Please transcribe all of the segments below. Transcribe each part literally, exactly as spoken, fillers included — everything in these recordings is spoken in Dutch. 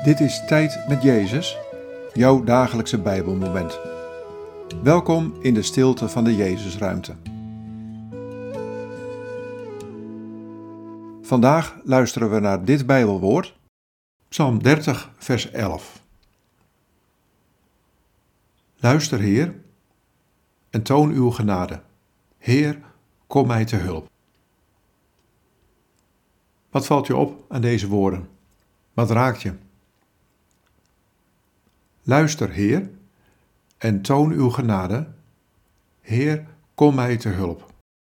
Dit is Tijd met Jezus, jouw dagelijkse Bijbelmoment. Welkom in de stilte van de Jezusruimte. Vandaag luisteren we naar dit Bijbelwoord, Psalm dertig, vers elf. Luister, Heer, en toon uw genade. Heer, kom mij te hulp. Wat valt je op aan deze woorden? Wat raakt je? Luister, Heer, en toon uw genade. Heer, kom mij te hulp.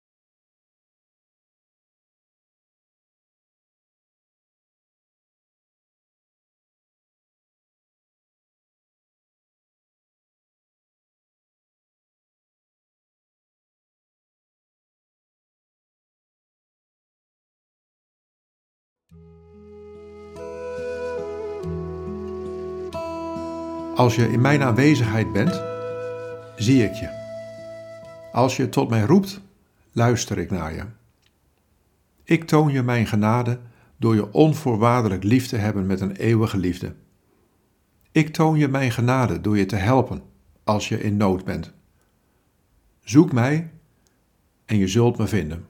Als je in mijn aanwezigheid bent, zie ik je. Als je tot mij roept, luister ik naar je. Ik toon je mijn genade door je onvoorwaardelijk lief te hebben met een eeuwige liefde. Ik toon je mijn genade door je te helpen als je in nood bent. Zoek mij en je zult me vinden.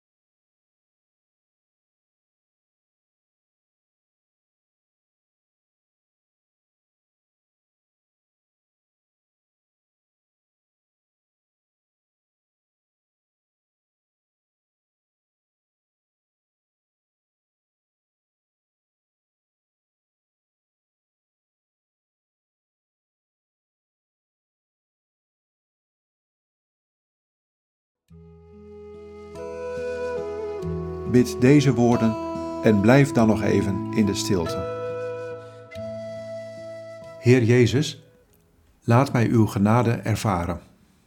Bid deze woorden en blijf dan nog even in de stilte. Heer Jezus, laat mij uw genade ervaren.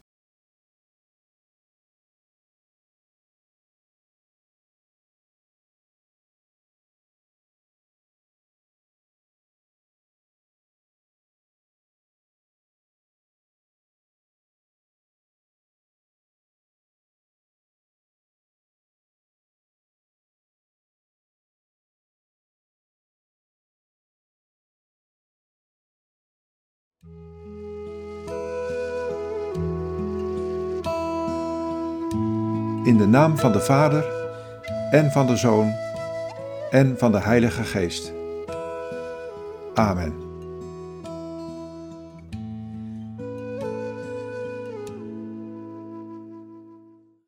In de naam van de Vader, en van de Zoon, en van de Heilige Geest. Amen.